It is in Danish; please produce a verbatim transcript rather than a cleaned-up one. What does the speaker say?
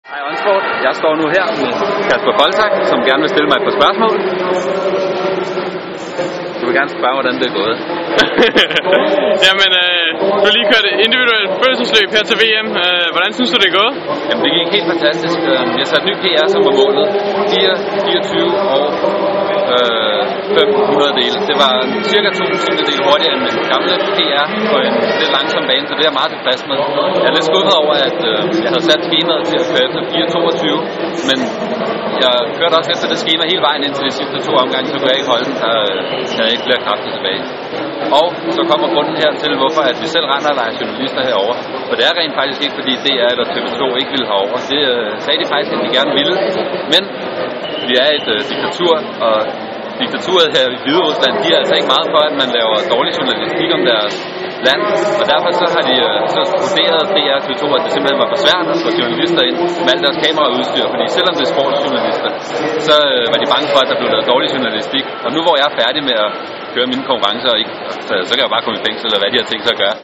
Hej Åndsport, jeg står nu her med Kasper Foltak, som gerne vil stille mig et par spørgsmål. Du vil gerne spørge, hvordan det er gået. Jamen, øh, du har lige kørt et individuelt følelsesløb her til V M. Øh, hvordan synes du, det er gået? Jamen, det gik helt fantastisk. Jeg satte ny P R, som var målet. fire fireogtyve og øh, fem hundrede dele. Det var cirka to tiendedele hurtigere end min gamle P R på en lidt langsom bane, så det er jeg meget tilfreds med. Jeg er lidt skuffet over, at øh, jeg havde sat skemaet til at køre efter fire toogtyve, men jeg kørte også efter det skema hele vejen ind til de sidste to omgange, så kunne jeg ikke holde den, så havde jeg ikke flere kræfter tilbage. Og så kommer grunden her til, hvorfor at vi selv render og leger journalister herover. For det er rent faktisk ikke, fordi D R eller T V to ikke ville herover. Det øh, sagde de faktisk, at de gerne ville. Men vi er et øh, diktatur, og diktaturet her i Hviderusland, de er altså ikke meget for, at man laver dårlig journalistik om deres land. Og derfor så har de øh, så vurderet D R og T V to, at det simpelthen var for svært at få journalister ind med alt deres kameraudstyr. Fordi selvom det er sportsjournalister, så øh, var de bange for, at der blev lavet dårlig journalistik. Og nu hvor jeg er færdig med at køre mine konkurrencer, ikke, så, så kan jeg bare komme i fængsel, eller hvad de har tænkt sig at gøre.